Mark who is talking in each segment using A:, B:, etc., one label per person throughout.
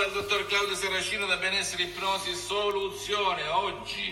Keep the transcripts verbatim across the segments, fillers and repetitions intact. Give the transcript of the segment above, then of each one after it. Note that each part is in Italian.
A: dal dottor Claudio Saracino da Benessere Ipnosi Soluzione. Oggi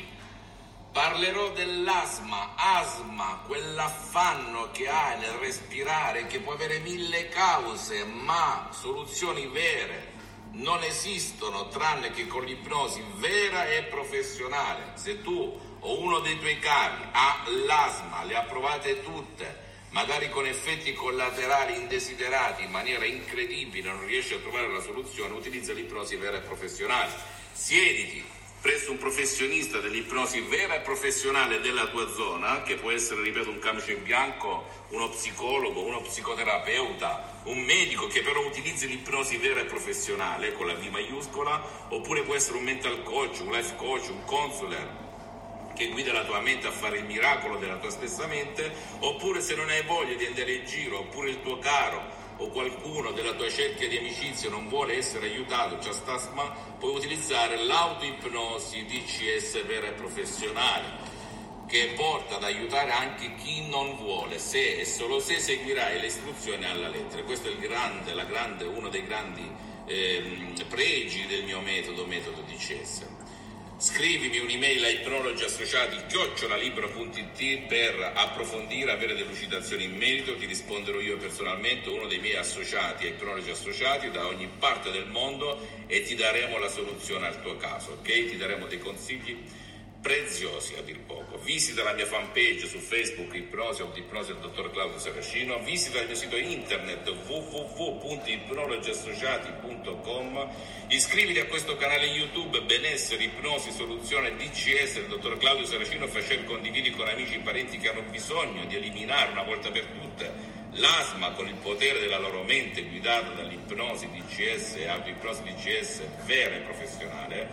A: parlerò dell'asma, asma, quell'affanno che hai nel respirare, che può avere mille cause, ma soluzioni vere non esistono tranne che con l'ipnosi vera e professionale. Se tu o uno dei tuoi cari ha l'asma, le ha provate tutte, magari con effetti collaterali indesiderati in maniera incredibile, non riesci a trovare la soluzione, utilizza l'ipnosi vera e professionale. Siediti presso un professionista dell'ipnosi vera e professionale della tua zona, che può essere, ripeto, un camice in bianco, uno psicologo, uno psicoterapeuta, un medico che però utilizzi l'ipnosi vera e professionale con la V maiuscola, oppure può essere un mental coach, un life coach, un counselor che guida la tua mente a fare il miracolo della tua stessa mente, oppure se non hai voglia di andare in giro, oppure il tuo caro o qualcuno della tua cerchia di amicizia non vuole essere aiutato, c'ha stasma, puoi utilizzare l'autoipnosi D C S vera e professionale, che porta ad aiutare anche chi non vuole, se e solo se seguirai le istruzioni alla lettera. Questo è il grande, la grande, uno dei grandi eh, pregi del mio metodo, metodo D C S. Scrivimi un'email a ipnologiassociati chiocciola libero punto it per approfondire, avere delucidazioni in merito. Ti risponderò io personalmente, uno dei miei associati a ipnologi associati da ogni parte del mondo, e ti daremo la soluzione al tuo caso, ok? Ti daremo dei consigli preziosi a dir poco. Visita la mia fanpage su Facebook Ipnosi o Ipnosi del dottor Claudio Saracino, visita il mio sito internet w w w punto ipnologiassociati punto com, iscriviti a questo canale YouTube Benessere Ipnosi Soluzione D C S del dottor Claudio Saracino, fai share, condividi con amici e parenti che hanno bisogno di eliminare una volta per tutte l'asma con il potere della loro mente, guidata dall'ipnosi D C S e autoipnosi D C S vera e professionale.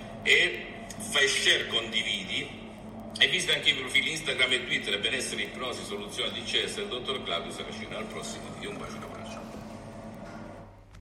A: E fai share, condividi e visita anche i profili Instagram e Twitter Benessere Ipnosi Soluzione D C S del dottor Claudio Saracino. Al prossimo video, un bacio, un abbraccio.